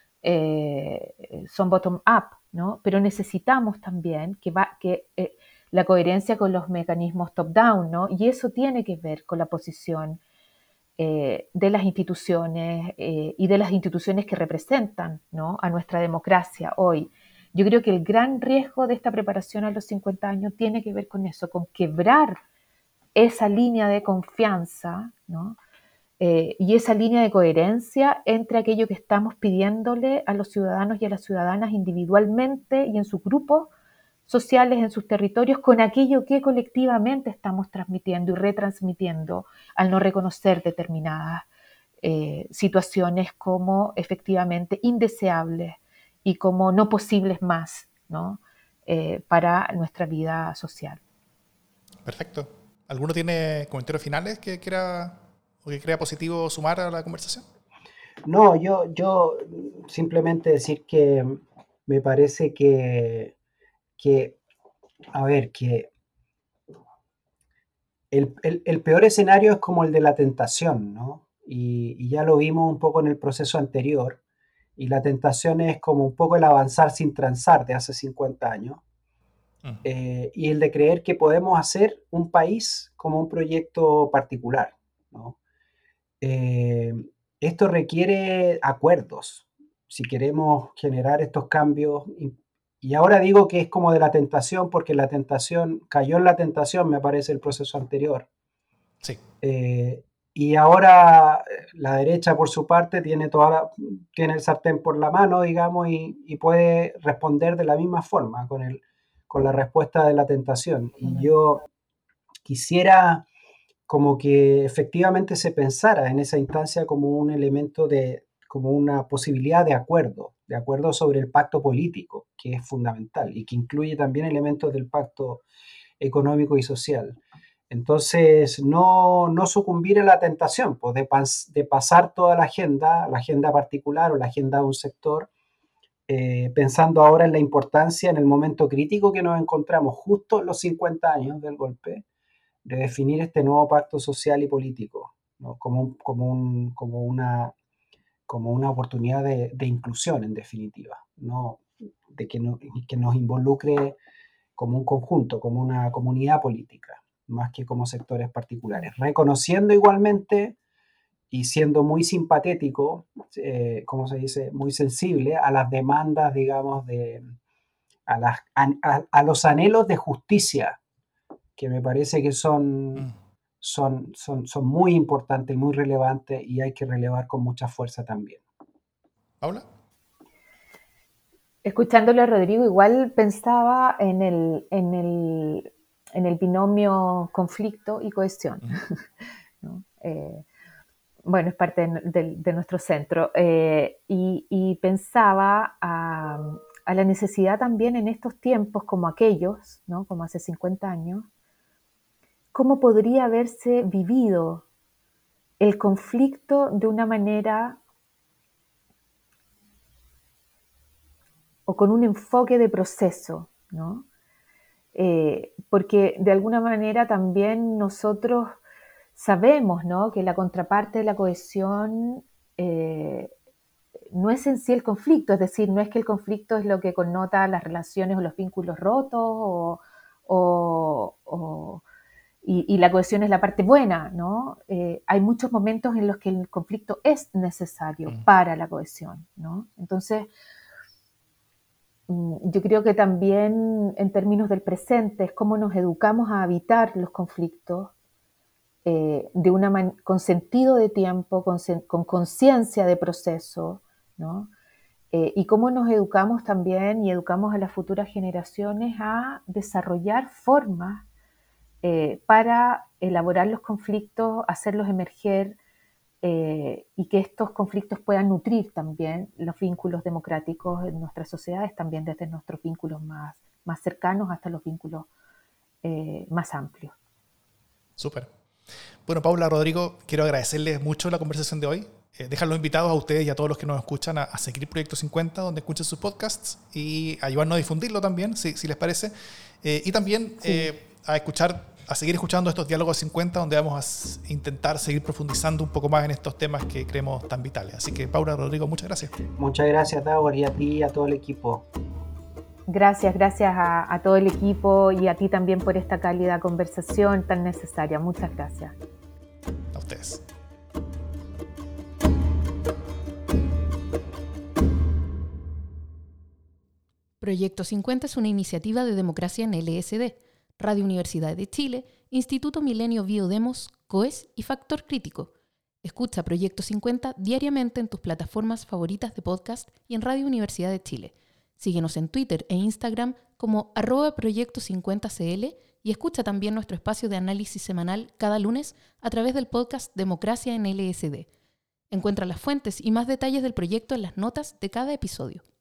Son bottom-up, ¿no? Pero necesitamos también que la coherencia con los mecanismos top-down, ¿no? Y eso tiene que ver con la posición de las instituciones y de las instituciones que representan, ¿no? A nuestra democracia hoy. Yo creo que el gran riesgo de esta preparación a los 50 años tiene que ver con eso, con quebrar esa línea de confianza, ¿no? Y esa línea de coherencia entre aquello que estamos pidiéndole a los ciudadanos y a las ciudadanas individualmente y en sus grupos sociales, en sus territorios, con aquello que colectivamente estamos transmitiendo y retransmitiendo al no reconocer determinadas situaciones como efectivamente indeseables y como no posibles más, ¿no? Para nuestra vida social. Perfecto. ¿Alguno tiene comentarios finales que quiera o que crea positivo sumar a la conversación? No, yo simplemente decir que me parece que a ver, que el peor escenario es como el de la tentación, ¿no? Y ya lo vimos un poco en el proceso anterior, y la tentación es como un poco el avanzar sin transar de hace 50 años, Mm. y el de creer que podemos hacer un país como un proyecto particular, ¿no? Eh, Esto requiere acuerdos si queremos generar estos cambios. Y ahora digo que es como de la tentación, porque la tentación cayó en la tentación, me parece, el proceso anterior. Sí, Eh, y ahora la derecha, por su parte, tiene el sartén por la mano, digamos, y puede responder de la misma forma con la respuesta de la tentación. Y yo quisiera como que efectivamente se pensara en esa instancia como un elemento como una posibilidad de acuerdo sobre el pacto político, que es fundamental y que incluye también elementos del pacto económico y social. Entonces, no sucumbir a la tentación pues, de pasar toda la agenda particular o la agenda de un sector, pensando ahora en la importancia, en el momento crítico que nos encontramos justo en los 50 años del golpe, de definir este nuevo pacto social y político. ¿no? Como una oportunidad de inclusión, en definitiva, ¿no? Que nos involucre como un conjunto, como una comunidad política, más que como sectores particulares, reconociendo igualmente y siendo muy simpatético, ¿cómo se dice? Muy sensible a las demandas, digamos, a los anhelos de justicia, que me parece que son muy importantes y muy relevantes, y hay que relevar con mucha fuerza también. ¿Paula? Escuchándole a Rodrigo, igual pensaba en el binomio conflicto y cohesión. ¿No? Bueno, es parte de nuestro centro. Y pensaba a la necesidad también en estos tiempos como aquellos, ¿no? Como hace 50 años, cómo podría haberse vivido el conflicto de una manera o con un enfoque de proceso, ¿no? Porque de alguna manera también nosotros sabemos, ¿no?, que la contraparte de la cohesión no es en sí el conflicto, es decir, no es que el conflicto es lo que connota las relaciones o los vínculos rotos y la cohesión es la parte buena, ¿no? Hay muchos momentos en los que el conflicto es necesario para la cohesión, ¿no? Entonces, yo creo que también en términos del presente es cómo nos educamos a evitar los conflictos con sentido de tiempo, con conciencia de proceso, ¿no? Y cómo nos educamos también y educamos a las futuras generaciones a desarrollar formas para elaborar los conflictos, hacerlos emerger y que estos conflictos puedan nutrir también los vínculos democráticos en nuestras sociedades, también desde nuestros vínculos más cercanos hasta los vínculos más amplios. Súper. Bueno, Paula, Rodrigo, quiero agradecerles mucho la conversación de hoy. Dejar los invitados a ustedes y a todos los que nos escuchan a seguir Proyecto 50, donde escuchen sus podcasts, y ayudarnos a difundirlo también, si les parece. Y también a seguir escuchando estos diálogos 50, donde vamos a intentar seguir profundizando un poco más en estos temas que creemos tan vitales. Así que, Paula, Rodrigo, muchas gracias. Muchas gracias, Davor, y a ti y a todo el equipo. Gracias a todo el equipo y a ti también por esta cálida conversación tan necesaria. Muchas gracias. A ustedes. Proyecto 50 es una iniciativa de democracia en LSD, Radio Universidad de Chile, Instituto Milenio Biodemos, COES y Factor Crítico. Escucha Proyecto 50 diariamente en tus plataformas favoritas de podcast y en Radio Universidad de Chile. Síguenos en Twitter e Instagram como @proyecto50cl y escucha también nuestro espacio de análisis semanal cada lunes a través del podcast Democracia en LSD. Encuentra las fuentes y más detalles del proyecto en las notas de cada episodio.